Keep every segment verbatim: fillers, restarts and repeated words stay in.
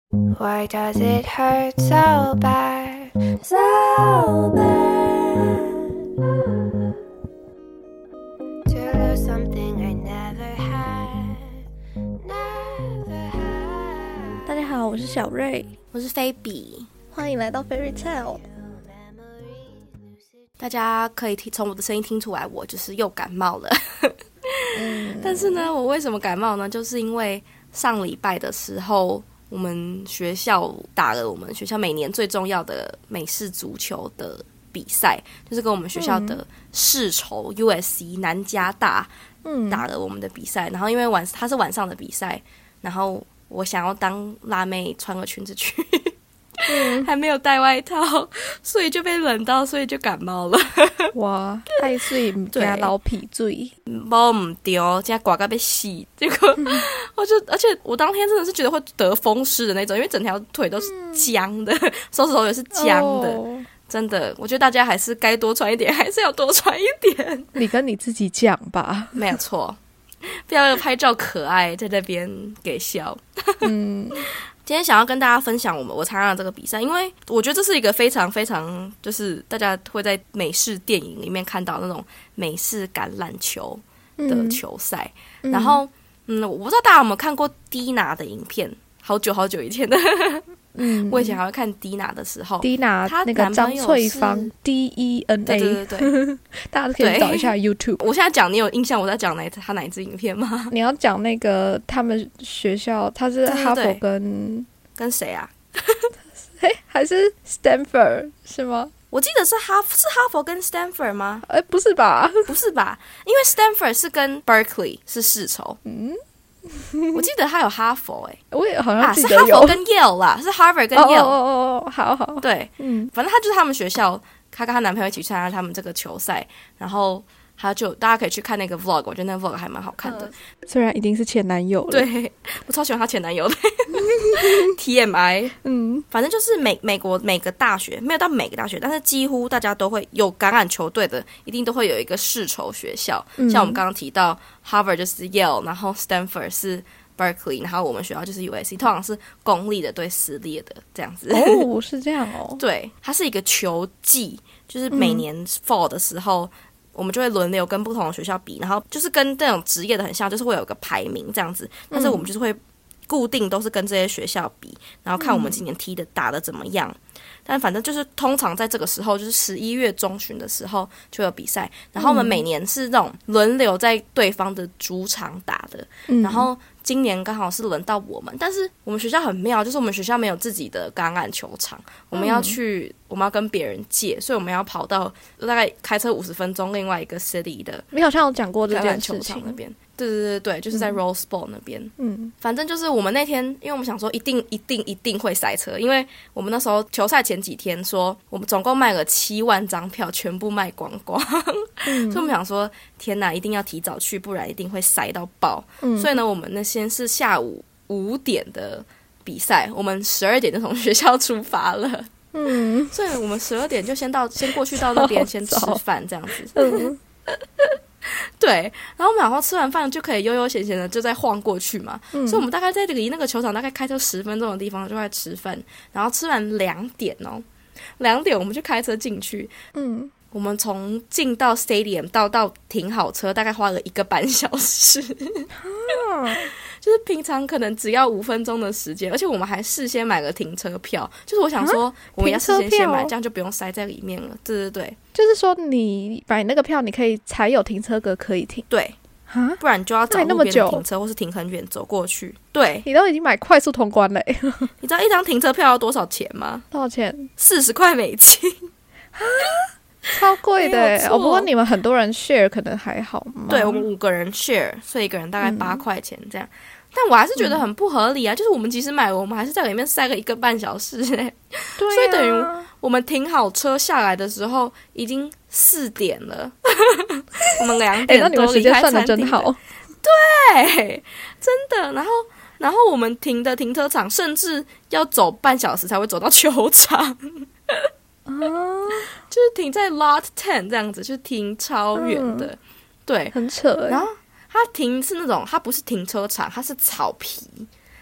Why does it hurt so bad? So bad to lose something I never had, never had. 大家好，我是小瑞， 我是菲比， 欢迎来到 Fairy Tale。 大家可以从我的声音听出来，我就是又感冒了。嗯、但是呢，我为什么感冒呢？就是因为上礼拜的时候，我们学校打了我们学校每年最重要的美式足球的比赛，就是跟我们学校的世仇 U S C 南加大打了我们的比赛。然后因为晚它是晚上的比赛，然后我想要当辣妹穿个裙子去。嗯、还没有带外套，所以就被冷到，所以就感冒了。 哇，太水唔加老皮水， 包唔丢，现在刮到被洗，结果、嗯、我就，而且我当天真的是觉得会得风湿的那种，因为整条腿都是僵的，嗯、手指头也是僵的，哦、真的。我觉得大家还是该多穿一点，还是要多穿一点。 你跟你自己讲吧， 没有错，不要拍照可爱在那边给笑。嗯。今天想要跟大家分享我们我参加的这个比赛，因为我觉得这是一个非常非常就是大家会在美式电影里面看到那种美式橄榄球的球赛、嗯、然后嗯，我不知道大家有没有看过 Dina 的影片，好久好久以前的嗯，我以前还会看 Dina 的时候 Dina 那个张翠芳 D E N A 对对对对大家可以找一下 YouTube。 我现在讲你有印象我在讲哪他哪一支影片吗？ 你要讲那个他们学校他是哈佛跟对对对跟谁啊还是 Stanford 是吗？ 我记得是哈是哈佛跟 Stanford 吗？ 哎，不是吧？ 不是吧？因为 Stanford 是跟 Berkeley 是世仇。嗯，我记得他有哈佛哎、欸， 我也好像记得有、 啊、是哈佛跟 Yale 啦，是 Harvard 跟 Yale。 哦哦哦，好好， 对，嗯，反正他就是他们学校，他跟他男朋友一起参加他们这个球赛，然后他就大家可以去看那个 vlog， 我觉得那个 vlog 还蛮好看的、嗯。 虽然已经是前男友了， 对我超喜欢他前男友的T M I。嗯，反正就是美美国每个大学没有到每个大学，但是几乎大家都会有橄榄球队的，一定都会有一个世仇学校。嗯、像我们刚刚提到 Harvard 就是 Yale， 然后 Stanford 是 Berkeley， 然后我们学校就是 U S C， 通常是公立的对私立的这样子。 哦，是这样哦。 对，它是一个球季，就是每年 fall 的时候。嗯，我们就会轮流跟不同的学校比，然后就是跟这种职业的很像，就是会有一个排名这样子，但是我们就是会固定都是跟这些学校比，然后看我们今年踢的打的怎么样。但反正就是通常在这个时候，就是十一月中旬的时候就有比赛，然后我们每年是那种轮流在对方的主场打的，然后今年刚好是轮到我们，但是我们学校很妙，就是我们学校没有自己的橄榄球场，我们要去，我们要跟别人借，所以我们要跑到大概开车五十分钟另外一个 city 的， 你好像有讲过这件事情，橄榄球场那边。对对对对，就是在 Rose Bowl 那边。嗯，反正就是我们那天，因为我们想说一定一定一定会塞车，因为我们那时候球赛前几天说，我们总共卖了七万张票，全部卖光光，嗯、所以我们想说，天哪，一定要提早去，不然一定会塞到爆。嗯、所以呢，我们那先是下午五点的比赛，我们十二点就从学校出发了。嗯，所以我们十二点就先到，先过去到那边先吃饭这样子。嗯。对，然后我们然后吃完饭就可以悠悠闲闲的就再晃过去嘛、嗯、所以我们大概在离那个球场大概开车十分钟的地方就在吃饭，然后吃完两点哦，两点我们就开车进去，嗯，我们从进到 stadium 到到停好车大概花了一个半小时就是平常可能只要五分钟的时间，而且我们还事先买了停车票，就是我想说我们要事先先买，这样就不用塞在里面了。对对对， 就是说你买那个票你可以才有停车格可以停， 对，不然就要找路边的停车或是停很远走过去。对， 你都已经买快速通关了耶你知道一张停车票要多少钱吗？ 多少钱？ 四十块美金超贵的耶、哦、不过你们很多人 share 可能还好吗？ 对，我们五个人 share， 所以一个人大概八块钱这样、嗯，但我还是觉得很不合理啊、嗯、就是我们即使买了我们还是在里面塞个一个半小时耶、对啊、所以等于我们停好车下来的时候已经四点了我们两点多离开餐厅、欸、那你们时间算得真好。对，真的。然后然后我们停的停车场甚至要走半小时才会走到球场啊，就是停在 lot ten 这样子，就是停超远的、嗯、对， 很扯耶。 然后它停是那种，它不是停车场，它是草皮，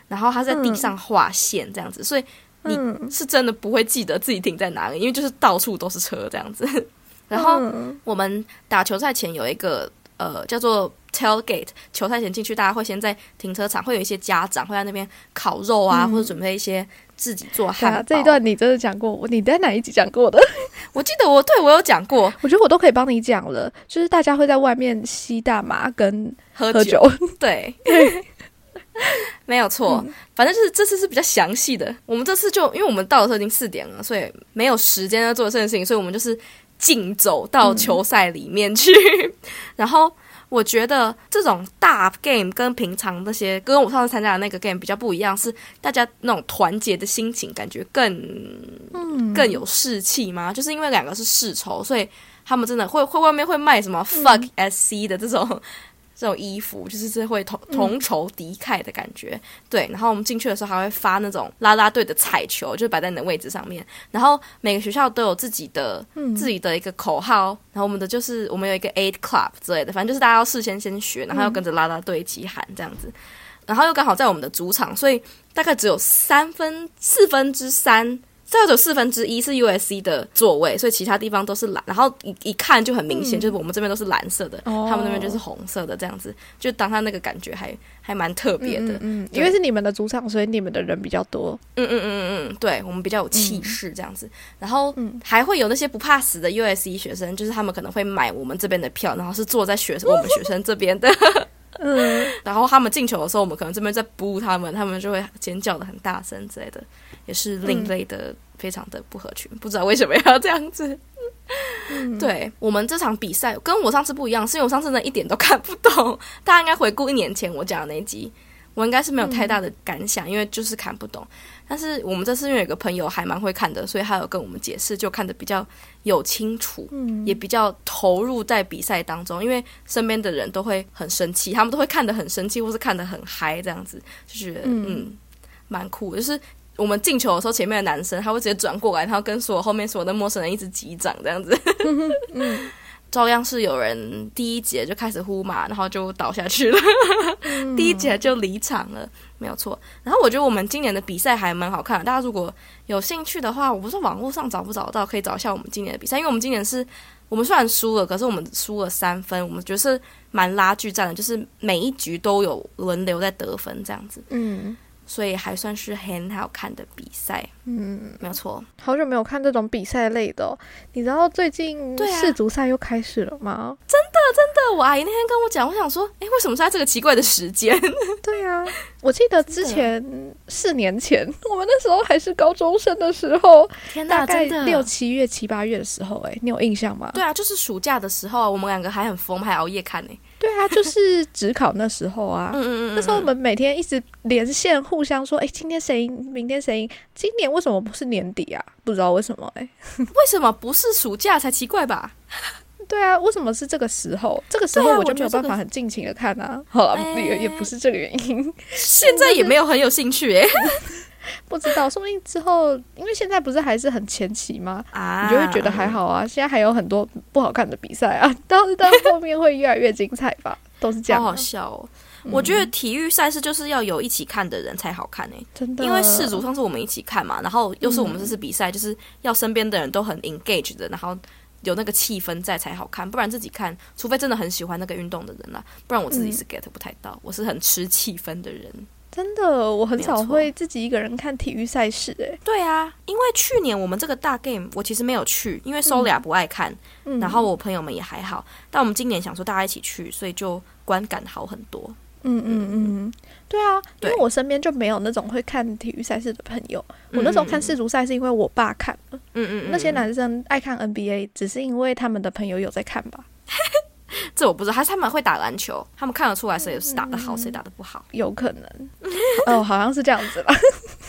然后他在地上画线这样子，所以你是真的不会记得自己停在哪里，因为就是到处都是车这样子。然后我们打球赛前有一个呃叫做 tailgate， 球赛前进去大家会先在停车场，会有一些家长会在那边烤肉啊、嗯、或者准备一些自己做汉堡、啊、 这一段你真的讲过，你在哪一集讲过的？ 我记得我对我有讲过， 我觉得我都可以帮你讲了，就是大家会在外面吸大麻跟喝酒, 喝酒对没有错、嗯、反正就是这次是比较详细的。我们这次就因为我们到的时候已经四点了，所以没有时间要做这件事情，所以我们就是竞走到球赛里面去、嗯、然后我觉得这种大 game 跟平常那些跟我上次参加的那个 game 比较不一样，是大家那种团结的心情感觉更、嗯、更有士气嘛，就是因为两个是世仇，所以他们真的会会外面会卖什么 fuck S C 的这种、嗯这种衣服，就是是会同同仇敌忾的感觉、嗯、对。然后我们进去的时候还会发那种啦啦队的彩球，就摆在你的位置上面，然后每个学校都有自己的、嗯、自己的一个口号，然后我们的就是我们有一个 eight club 之类的，反正就是大家要事先先学，然后要跟着啦啦队一起喊这样子、嗯、然后又刚好在我们的主场，所以大概只有三分四分之三再有四分之一是 U S C 的座位，所以其他地方都是蓝，然后 一, 一看就很明显、嗯、就是我们这边都是蓝色的、哦、他们那边就是红色的这样子，就当他那个感觉还还蛮特别的。 嗯嗯，因为是你们的主场，所以你们的人比较多。 嗯嗯嗯嗯嗯，对，我们比较有气势这样子、嗯、然后还会有那些不怕死的 U S C 学生，就是他们可能会买我们这边的票，然后是坐在学我们学生这边的嗯，然后他们进球的时候我们可能这边在boo他们，他们就会尖叫的很大声之类的，也是另类的、嗯、非常的不合群，不知道为什么要这样子、嗯、对。我们这场比赛跟我上次不一样，是因为我上次真的一点都看不懂，大家应该回顾一年前我讲的那一集，我应该是没有太大的感想、嗯、因为就是看不懂。但是我们这次因为有个朋友还蛮会看的，所以他有跟我们解释，就看得比较有清楚、嗯、也比较投入在比赛当中，因为身边的人都会很生气，他们都会看得很生气或是看得很嗨这样子，就觉得嗯蛮、嗯、酷的。就是我们进球的时候，前面的男生他会直接转过来，然后跟所有后面所有的陌生人一直击掌这样子嗯, 嗯照样是有人第一节就开始呼马，然后就倒下去了嗯、第一节就离场了，没有错。然后我觉得我们今年的比赛还蛮好看的，大家如果有兴趣的话，我不知道网络上找不找到，可以找一下我们今年的比赛。因为我们今年是我们虽然输了，可是我们输了三分，我们觉得是蛮拉锯战的，就是每一局都有轮流在得分这样子，嗯，所以还算是很好看的比赛。嗯，没有错。 好久没有看这种比赛类的、哦、你知道最近世足赛又开始了吗、啊、 真的真的，我阿姨那天跟我讲，我想说诶为什么是在这个奇怪的时间对啊，我记得之前四年前我们那时候还是高中生的时候， 天哪， 大概六七月七八月的时候，诶你有印象吗？ 对啊，就是暑假的时候，我们两个还很疯，还熬夜看诶。 对啊，就是指考那时候啊嗯嗯嗯嗯，那时候我们每天一直连线互相说诶今天谁赢明天谁赢，今年为什么不是年底啊？不知道为什么诶为什么不是暑假才奇怪吧对啊，为什么是这个时候？这个时候我就没有办法很尽情的看啊。好了、欸，也也不是这个原因。 现在也没有很有兴趣诶不知道，说不定之后，因为现在不是还是很前期吗？啊，你就会觉得还好啊。现在还有很多不好看的比赛啊，但是到后面会越来越精彩吧，都是这样、啊。 好好笑哦。我觉得体育赛事就是要有一起看的人才好看诶、欸， 真的。 因为世足上是我们一起看嘛，然后又是我们这次比赛、嗯，就是要身边的人都很 engage 的，然后有那个气氛在才好看，不然自己看，除非真的很喜欢那个运动的人啦，不然我自己是 get 不太到。嗯、我是很吃气氛的人， 真的，我很少会自己一个人看体育赛事诶、欸。 对啊，因为去年我们这个大 game 我其实没有去，因为 Solia 不爱看、嗯，然后我朋友们也还好，但我们今年想说大家一起去，所以就观感好很多。 嗯嗯嗯，对啊，因为我身边就没有那种会看体育赛事的朋友。我那时候看世足赛是因为我爸看了，嗯嗯嗯，那些男生爱看 N B A 只是因为他们的朋友有在看吧。 这我不知道，还是他们会打篮球，他们看得出来谁是打得好，谁、嗯、打得不好， 有可能。哦，好像是这样子吧。 对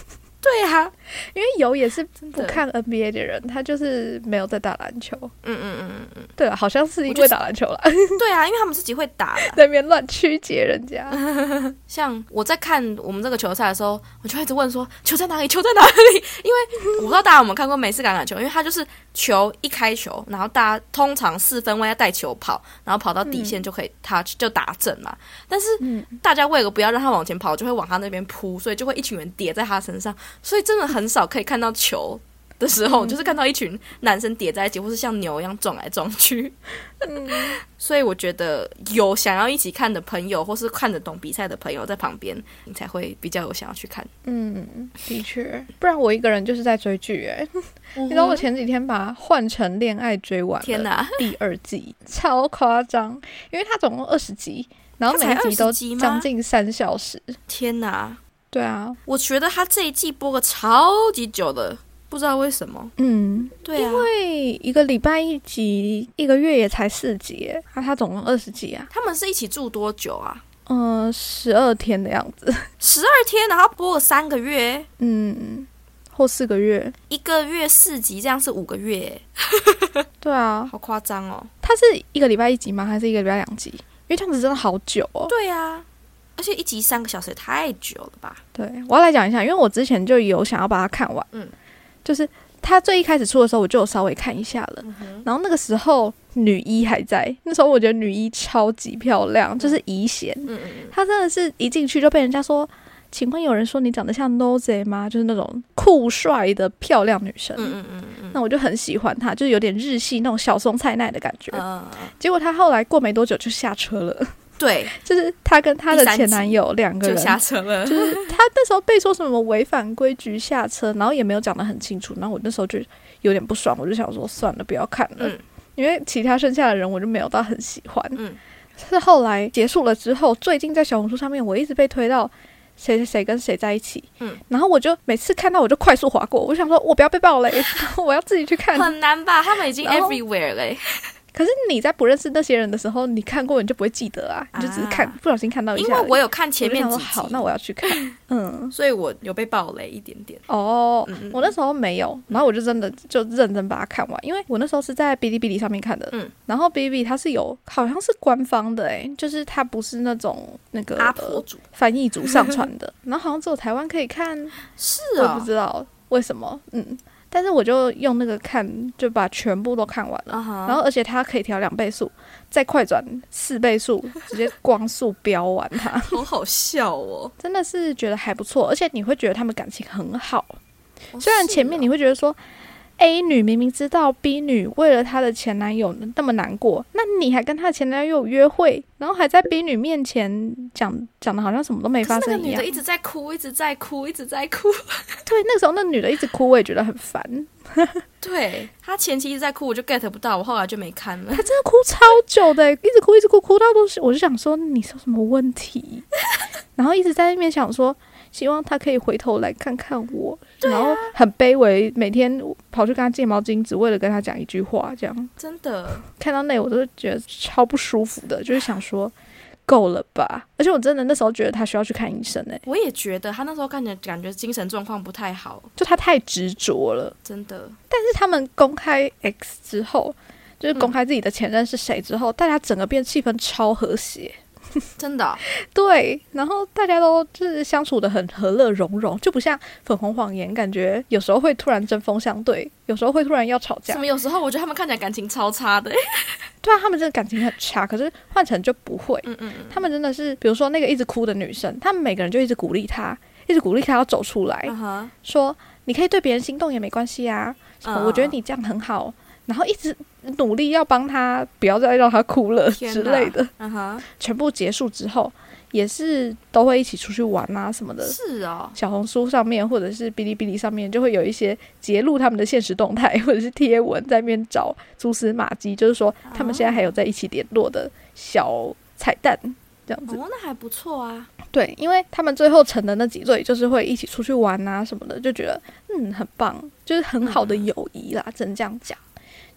对啊， 因为有也是不看 N B A 的人，他就是没有在打篮球。嗯嗯嗯嗯，对啊，好像是因为打篮球啦。 对啊，因为他们自己会打啦， 在那边乱曲解人家。 像我在看我们这个球赛的时候，我就一直问说球在哪里，球在哪里？因为我不知道大家有没有看过美式橄榄球，因为它就是球一开球，然后大家通常四分位要带球跑，然后跑到底线就可以 touch、嗯、就打正嘛。但是大家为了不要让他往前跑，就会往他那边扑，所以就会一群人叠在他身上，所以真的很少可以看到球的时候、嗯、就是看到一群男生叠在一起，或是像牛一样撞来撞去。嗯，所以我觉得有想要一起看的朋友，或是看得懂比赛的朋友在旁边，你才会比较有想要去看。 嗯，的确，不然我一个人就是在追剧哎、欸。嗯、你知道我前几天把《换乘恋爱》追完了，天哪，第二季超夸张，因为它总共二十集，然后每一集都将近三小时。 天哪！ 对啊， 我觉得他这一季播个超级久的，不知道为什么。嗯，对啊， 因为一个礼拜一集，一个月也才四集耶，啊，他总共二十集啊。 他们是一起住多久啊？ 嗯，十二天的样子。 十二天，然后播了三个月， 嗯，或四个月， 一个月四集，这样是五个月。 对啊， 好夸张哦。 他是一个礼拜一集吗？还是一个礼拜两集？因为这样子真的好久哦。 对啊。而且一集三个小时也太久了吧？ 对，我要来讲一下，因为我之前就有想要把它看完，嗯，就是它最一开始出的时候，我就有稍微看一下了，嗯、然后那个时候女一还在，那时候我觉得女一超级漂亮，嗯、就是怡贤，嗯嗯嗯，她真的是一进去就被人家说，请问有人说你长得像 Nose 吗？就是那种酷帅的漂亮女生，嗯嗯嗯嗯，那我就很喜欢她，就是有点日系那种小松菜奈的感觉，嗯、结果她后来过没多久就下车了。 对， 就是她跟她的前男友两个人就下车了， 就是她那时候被说什么违反规矩下车，然后也没有讲得很清楚，然后我那时候就有点不爽，我就想说算了，不要看了，嗯、因为其他剩下的人我就没有到很喜欢。嗯，是后来结束了之后，最近在小红书上面我一直被推到谁谁谁跟谁在一起，嗯，然后我就每次看到我就快速滑过，我想说我不要被爆雷，我要自己去看。 很难吧？他们已经 everywhere 了。 可是你在不认识那些人的时候，你看过你就不会记得啊，你就只是看、啊、不小心看到一下。 因为我有看前面几集， 好，那我要去看，嗯， 所以我有被爆雷一点点。 哦，嗯、我那时候没有，然后我就真的就认真把它看完，因为我那时候是在哔哩哔哩上面看的，嗯，然后哔哩哔哩它是有好像是官方的、欸，哎，就是它不是那种那个阿婆组、呃、 翻译组上传的，然后好像只有台湾可以看， 是啊、哦， 我不知道为什么，嗯。但是我就用那个看，就把全部都看完了。Uh-huh. 然后而且它可以调两倍速，再快转四倍速，直接光速飙完它。 好好笑哦！ 真的是觉得还不错，而且你会觉得他们感情很好。哦、虽然前面你会觉得说 A 女明明知道 B 女为了她的前男友那么难过，那你还跟她的前男友约会，然后还在 B 女面前讲讲的好像什么都没发生一样。 可是那个女的一直在哭，一直在哭，一直在哭。 对，那个时候那女的一直哭，我也觉得很烦。 对，她前期一直在哭，我就 get 不到，我后来就没看了。 她真的哭超久的，一直哭一直哭，哭到都是，我就想说你是有什么问题，然后一直在那边想说。希望他可以回头来看看我、啊、然后很卑微，每天跑去跟他借毛巾，只为了跟他讲一句话，这样真的看到那我都觉得超不舒服的，就是想说够了吧。而且我真的那时候觉得他需要去看医生欸。 我也觉得他那时候看起来感觉精神状况不太好， 就他太执着了， 真的。 但是他们公开 X 之后，就是公开自己的前任是谁之后、嗯、大家整个变气氛超和谐， 真的、哦、 对，然后大家都就是相处得很和乐融融，就不像粉红谎言，感觉有时候会突然针锋相对，有时候会突然要吵架。 什么？有时候我觉得他们看起来感情超差的。 对啊，他们真的感情很差，可是换成就不会。嗯嗯嗯，他们真的是，比如说那个一直哭的女生，他们每个人就一直鼓励她，一直鼓励她要走出来， uh-huh. 说你可以对别人心动也没关系啊，什么、uh-huh. 我觉得你这样很好。然后一直努力要帮他不要再让他哭了之类的、uh-huh. 全部结束之后也是都会一起出去玩啊什么的。 是哦， 小红书上面或者是哔哩哔哩上面就会有一些揭露他们的现实动态或者是贴文，在那边找蛛丝马迹，就是说他们现在还有在一起联络的小彩蛋这样子。 哦，那还不错啊。 对，因为他们最后成的那几对就是会一起出去玩啊什么的，就觉得嗯很棒，就是很好的友谊啦、嗯、只能这样讲。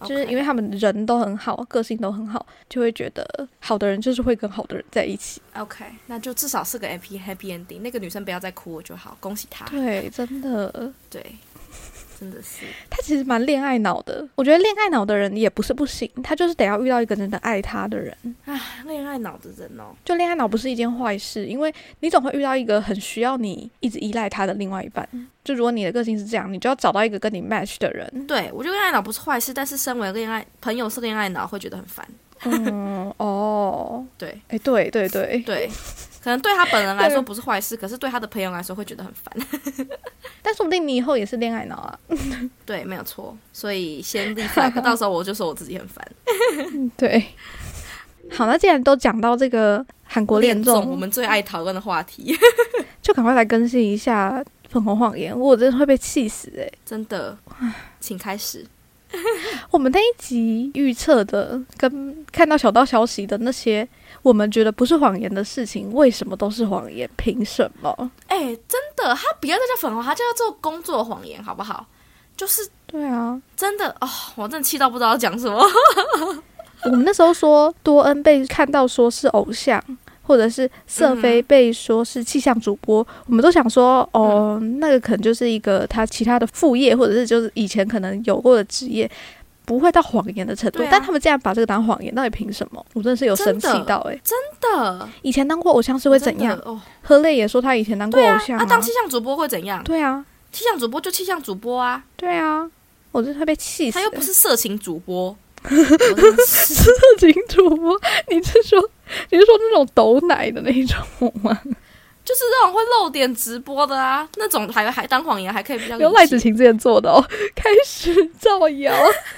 就是因为他们人都很好，个性都很好，就会觉得好的人就是会跟好的人在一起。 OK， 那就至少是个 happy happy ending， 那个女生不要再哭就好，恭喜她。 对，真的， 对，真的是他其实蛮恋爱脑的。我觉得恋爱脑的人也不是不行，他就是得要遇到一个真的爱他的人。 唉，恋爱脑的人哦， 就恋爱脑不是一件坏事，因为你总会遇到一个很需要你一直依赖他的另外一半。就如果你的个性是这样，你就要找到一个跟你 match 的人。 对，我觉得恋爱脑不是坏事，但是身为恋爱朋友是恋爱脑会觉得很烦。 嗯，哦， 对， 哎、欸，对对对对，可能对他本人来说不是坏事，可是对他的朋友来说会觉得很烦。 但说不定你以后也是恋爱脑啊。 对，没有错，所以先立 flag， 到时候我就说我自己很烦。 对，好，那既然都讲到这个韩国恋综， 我们最爱讨论的话题， 就赶快来更新一下粉红谎言，我真的会被气死哎、欸！ 真的，请开始。 我们那一集预测的跟看到小道消息的那些我们觉得不是谎言的事情，为什么都是谎言？凭什么？ 哎、欸，真的，他不要再叫粉红，他就要做工作谎言，好不好？就是对啊， 真的哦，我真的气到不知道要讲什么。 我们那时候说多恩被看到说是偶像，或者是瑟菲被说是气象主播、嗯、我们都想说哦、嗯，那个可能就是一个他其他的副业，或者是就是以前可能有过的职业，不会到谎言的程度、啊、但他们竟然把这个当谎言，到底凭什么？我真的是有生气到哎、欸！ 真的， 以前当过偶像是会怎样？哦，何磊也说他以前当过偶像 啊, 啊，当气象主播会怎样？ 对啊， 气象主播就气象主播啊， 对啊，我真的会被气死、欸。 他又不是色情主播。 色情主播，你是说你是说那种抖奶的那种吗？ 就是那种会露点直播的啊，那种还还当谎言还可以比较。 有赖子晴之前做的哦，开始造谣，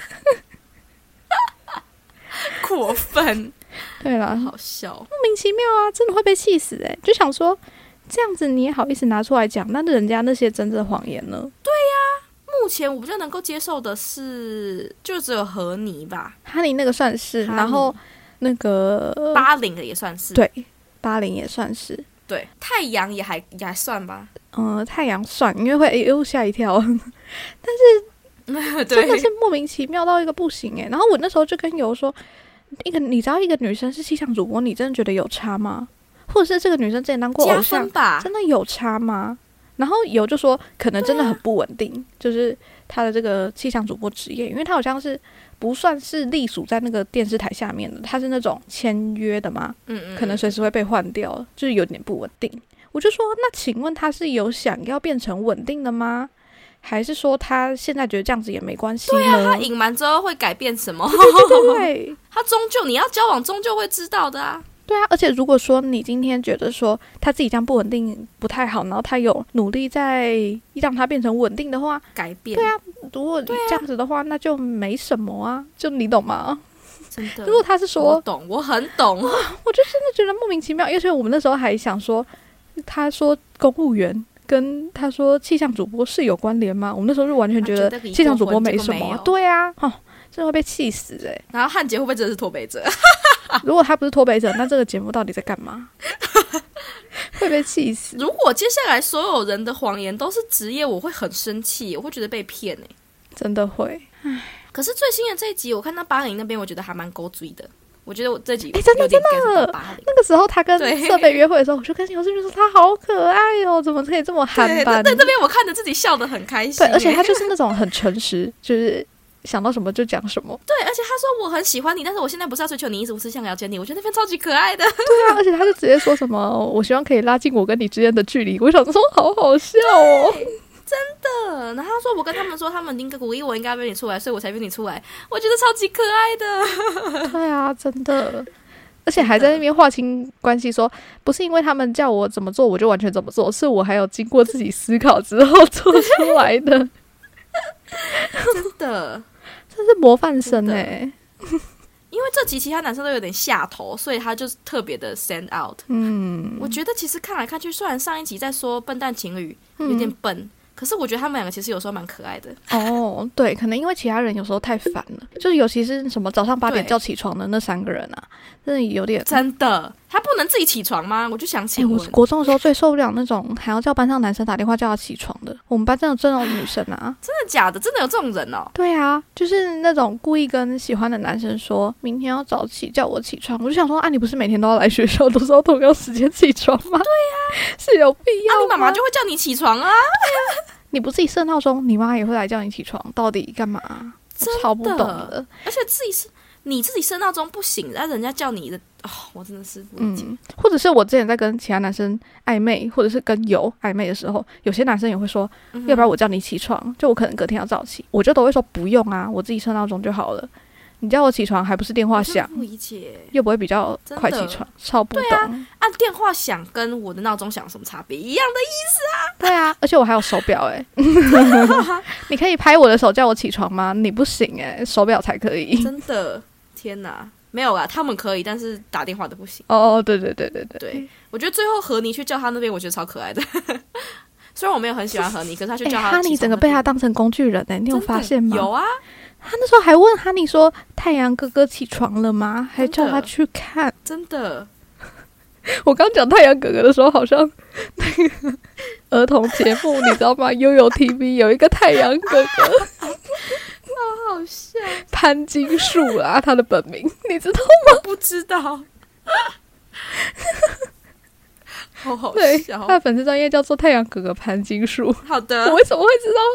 过分。 对啦， 好笑， 莫名其妙啊，真的会被气死哎、欸！就想说这样子你也好意思拿出来讲，那人家那些真正的谎言呢？ 对呀、啊。目前我比较能够接受的是，就只有和妮吧， 哈尼那个算是，然后那个八零的也算是， 对，八零也算是， 对，太阳也还也还算吧， 嗯、呃，太阳算，因为会又吓一跳，但是真的是莫名其妙到一个不行哎。然后我那时候就跟游说，一个你知道一个女生是气象主播，你真的觉得有差吗？或者是这个女生之前当过偶像吧，真的有差吗？然后有就说可能真的很不稳定、啊、就是他的这个气象主播职业，因为他好像是不算是隶属在那个电视台下面的，他是那种签约的嘛，嗯嗯，可能随时会被换掉，就是有点不稳定。我就说那请问他是有想要变成稳定的吗？还是说他现在觉得这样子也没关系呢？ 对啊，他隐瞒之后会改变什么？ 对对对对， 他终究你要交往终究会知道的啊。 对啊，而且如果说你今天觉得说他自己这样不稳定不太好，然后他有努力在让他变成稳定的话， 改变。 对啊，如果你这样子的话、啊、那就没什么啊，就你懂吗？ 真的。 如果他是说我懂，我很懂，我就真的觉得莫名其妙，因为我们那时候还想说，他说公务员跟他说气象主播是有关联吗？我们那时候就完全觉得气象主播没什么、啊，对啊，哦，真的会被气死哎、欸。 然后汉杰会不会真的是脱北者？ 如果他不是脱北者，那这个节目到底在干嘛？会被气死。 如果接下来所有人的谎言都是职业，我会很生气，我会觉得被骗哎、欸， 真的会。 可是最新的这一集，我看到八零那边，我觉得还蛮勾追的。我觉得我这集哎、欸，真的真的，那个时候他跟设备约会的时候，我就跟游志明说他好可爱哦，怎么可以这么憨班？ 在这边我看着自己笑得很开心、欸。 对，而且他就是那种很诚实，就是想到什么就讲什么。 对，而且他说我很喜欢你，但是我现在不是要追求你，一直不是想了解你。我觉得那边超级可爱的。 对啊，而且他就直接说什么，我希望可以拉近我跟你之间的距离。我想说好好笑哦。 真的，然后他说我跟他们说，他们应该鼓励我应该约你出来，所以我才约你出来。我觉得超级可爱的。 对啊，真的，而且还在那边划清关系说，说不是因为他们叫我怎么做我就完全怎么做，是我还有经过自己思考之后做出来的。 真的， 这是模范生哎、欸。 因为这集其他男生都有点下头，所以他就是特别的 stand out。嗯，我觉得其实看来看去，虽然上一集在说笨蛋情侣有点笨。嗯，可是我觉得他们两个其实有时候蛮可爱的哦，对，可能因为其他人有时候太烦了，就是尤其是什么早上八点叫起床的那三个人啊，真的有点真的，他不不能自己起床吗？我就想请问、 欸、我国中的时候最受不了那种还要叫班上男生打电话叫他起床的。我们班真的真的有女生啊。 真的假的？真的有这种人哦？ 对啊，就是那种故意跟喜欢的男生说明天要早起叫我起床。我就想说啊，你不是每天都要来学校，都是要同样时间起床吗？对啊，是有必要吗？ 啊，你妈妈就会叫你起床啊。对啊，你不自己设闹钟，你妈也会来叫你起床，到底干嘛？我超不懂的。 而且自己是你自己设闹钟不醒，然后人家叫你的，哦，我真的是不理解、嗯。 或者是我之前在跟其他男生暧昧，或者是跟友暧昧的时候，有些男生也会说，嗯、要不然我叫你起床，就我可能隔天要早起，我就都会说不用啊，我自己设闹钟就好了。你叫我起床还不是电话响， 不理解， 又不会比较快起床，超不懂。对啊，按电话响跟我的闹钟响有什么差别？一样的意思啊。 对啊，而且我还有手表哎、欸，你可以拍我的手叫我起床吗？你不行哎、欸，手表才可以。 真的，天哪，没有啦，他们可以，但是打电话的不行。 哦，对对对对对， 对，我觉得最后和你去叫他那边，我觉得超可爱的。虽然我没有很喜欢和你，可是他去叫他，哈尼、欸、 整个被他当成工具人哎、欸，你有发现吗？ 有啊。 他那时候还问哈尼说：“太阳哥哥起床了吗？”还叫他去看。 真的， 我刚讲太阳哥哥的时候，好像那个儿童节目，你知道吗？悠悠 T V 有一个太阳哥哥， 好好笑。 潘金树啊，他的本名你知道吗？ 我不知道。好好笑。 他的粉丝专页叫做太阳哥哥潘金树。 好的， 我为什么会知道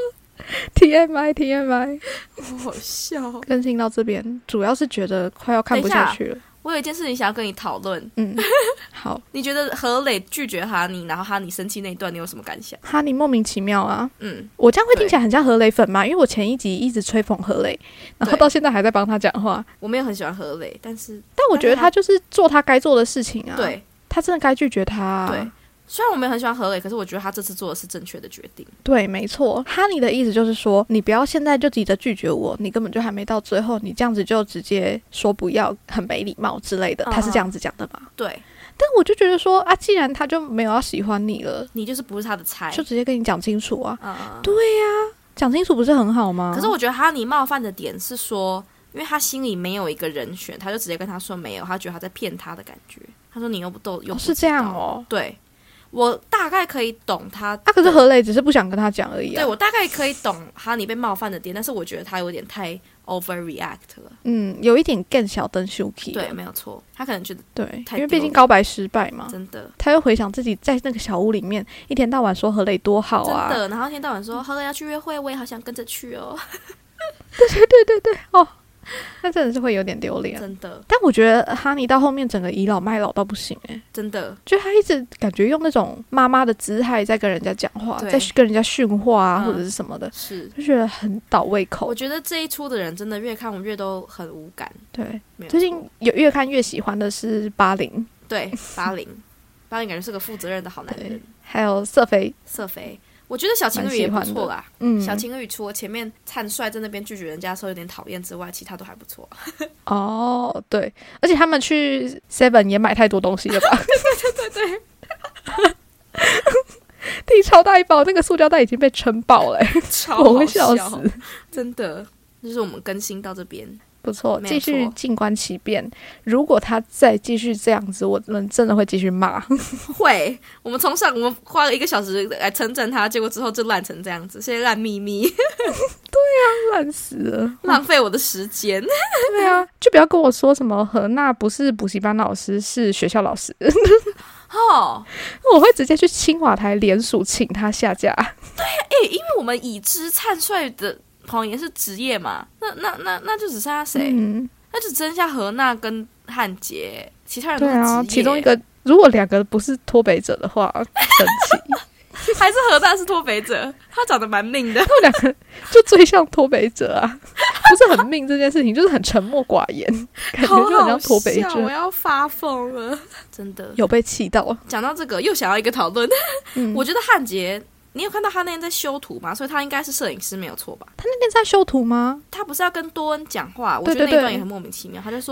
？T M I T M I 好好笑。 更新到这边主要是觉得快要看不下去了。 我有一件事情想要跟你讨论。 嗯，好。 你觉得何磊拒绝哈尼，然后哈尼生气那一段你有什么感想？ 哈尼莫名其妙啊。嗯，我这样会听起来很像何磊粉吗？因为我前一集一直吹捧何磊，然后到现在还在帮他讲话。 我没有很喜欢何磊，但是但我觉得他就是做他该做的事情啊。 对， 他真的该拒绝他、啊。 对。虽然我没有很喜欢何磊，可是我觉得他这次做的是正确的决定。 对，没错。哈尼的意思就是说，你不要现在就急着拒绝我，你根本就还没到最后，你这样子就直接说不要，很没礼貌之类的。嗯、他是这样子讲的嘛？ 对。 但我就觉得说啊，既然他就没有要喜欢你了， 你就是不是他的菜， 就直接跟你讲清楚啊。嗯、对呀、啊，讲清楚不是很好吗？ 可是我觉得哈尼冒犯的点是说，因为他心里没有一个人选，他就直接跟他说没有，他觉得他在骗他的感觉。他说你又不都又不知道、哦、 是这样哦， 对。我大概可以懂他， 啊，可是何磊只是不想跟他讲而已啊。 对，我大概可以懂哈尼被冒犯的点，但是我觉得他有点太 overreact 了。 嗯，有一点更小灯 shuki。 对，没有错，他可能觉得对，因为毕竟告白失败嘛， 真的。 他又回想自己在那个小屋里面，一天到晚说何磊多好啊， 真的，然后一天到晚说何磊要去约会，我也好想跟着去哦。 对对对对对，哦。那真的是会有点丢脸， 真的。 但我觉得哈尼到后面整个倚老卖老到不行哎、欸， 真的。 就他一直感觉用那种妈妈的姿态在跟人家讲话，在跟人家训话啊、嗯，或者是什么的， 是就觉得很倒胃口。 我觉得这一出的人真的越看我越都很无感。 对，最近有越看越喜欢的是巴林， 对，巴林，巴林感觉是个负责任的好男人。 还有色肥， 色肥。我觉得小情侣也不错啦，嗯，小情侣除了前面灿帅在那边拒绝人家的时候有点讨厌之外，其他都还不错。 哦，对，而且他们去 Seven 也买太多东西了吧？ 对对对对， 递超大一包，那个塑胶袋已经被撑爆了、欸， 超好笑， 我会笑死， 真的。就是我们更新到这边。 不错，继续静观其变。如果他再继续这样子，我们真的会继续骂。 会，我们从上我们花了一个小时来称赞他，结果之后就烂成这样子，现在烂秘密。对啊，烂死了， 浪费我的时间。 对啊，就不要跟我说什么何娜不是补习班老师，是学校老师。 哦， 我会直接去青瓦台联署请他下架。 对，哎、欸，因为我们已知灿帅的谎言是职业嘛，那那那那就只剩下谁？嗯，那就只剩下何娜跟汉杰，其他人都是职业。对啊， 其中一个如果两个不是脱北者的话，生气。 还是何娜是脱北者，他长得蛮命的。 他们两个就最像脱北者啊，不是很命这件事情，就是很沉默寡言，感觉就很像脱北者。 好好笑，我要发疯了，真的有被气到。 讲到这个，又想要一个讨论。嗯、我觉得汉杰。你有看到他那天在修图吗？所以他应该是摄影师没有错吧？ 他那天在修图吗？ 他不是要跟多恩讲话？我觉得那一段也很莫名其妙。他就说：“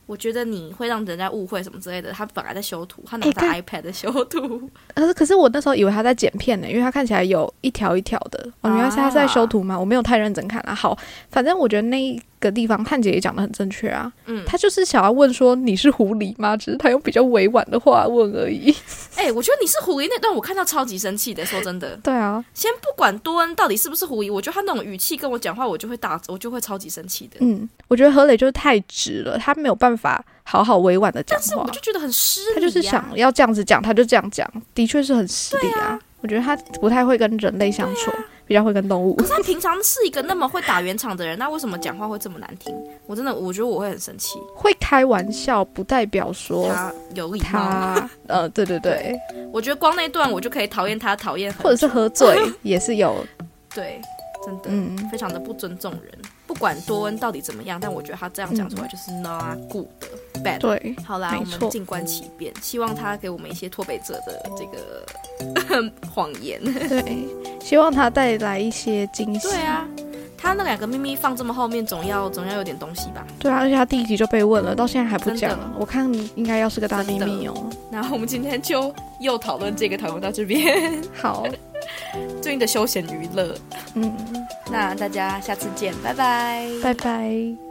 我觉得你会让人家误会什么之类的，他本来在修图，他拿他 iPad 在修图。 可是可是我那时候以为他在剪片呢，因为他看起来有一条一条的。哦，原来是他在修图吗？我没有太认真看啊。好，反正我觉得那一个地方汉姐也讲得很正确啊。嗯，他就是想要问说你是狐狸吗？只是他用比较委婉的话问而已。 哎、欸，我觉得你是狐狸那段我看到超级生气的，说真的。 对啊， 先不管多恩到底是不是狐狸，我觉得他那种语气跟我讲话，我就会大，我就会超级生气的。 嗯，我觉得何磊就是太直了，他没有办法好好委婉的讲话， 但是我就觉得很失礼、啊。 他就是想要这样子讲，他就这样讲，的确是很失礼啊。我觉得他不太会跟人类相处，比较会跟动物。 可是他平常是一个那么会打圆场的人，那为什么讲话会这么难听？我真的，我觉得我会很生气。 会开玩笑不代表说他有礼貌。 他呃，对对对， 我觉得光那段我就可以讨厌他，讨厌很久， 或者是喝醉也是有。 对，真的， 嗯， 非常的不尊重人。不管多恩到底怎么样，但我觉得他这样讲出来就是 not good bad。 对， 好啦，我们静观其变，希望他给我们一些脱北者的这个谎言。 对，希望他带来一些惊喜。 对啊，他那两个秘密放这么后面，总要总要有点东西吧？ 对啊，而且他第一集就被问了，到现在还不讲，我看应该要是个大秘密哦。 那我们今天就又讨论这个，讨论到这边。 好， 最近的休闲娱乐， 嗯， 那大家下次见，拜拜， 拜拜。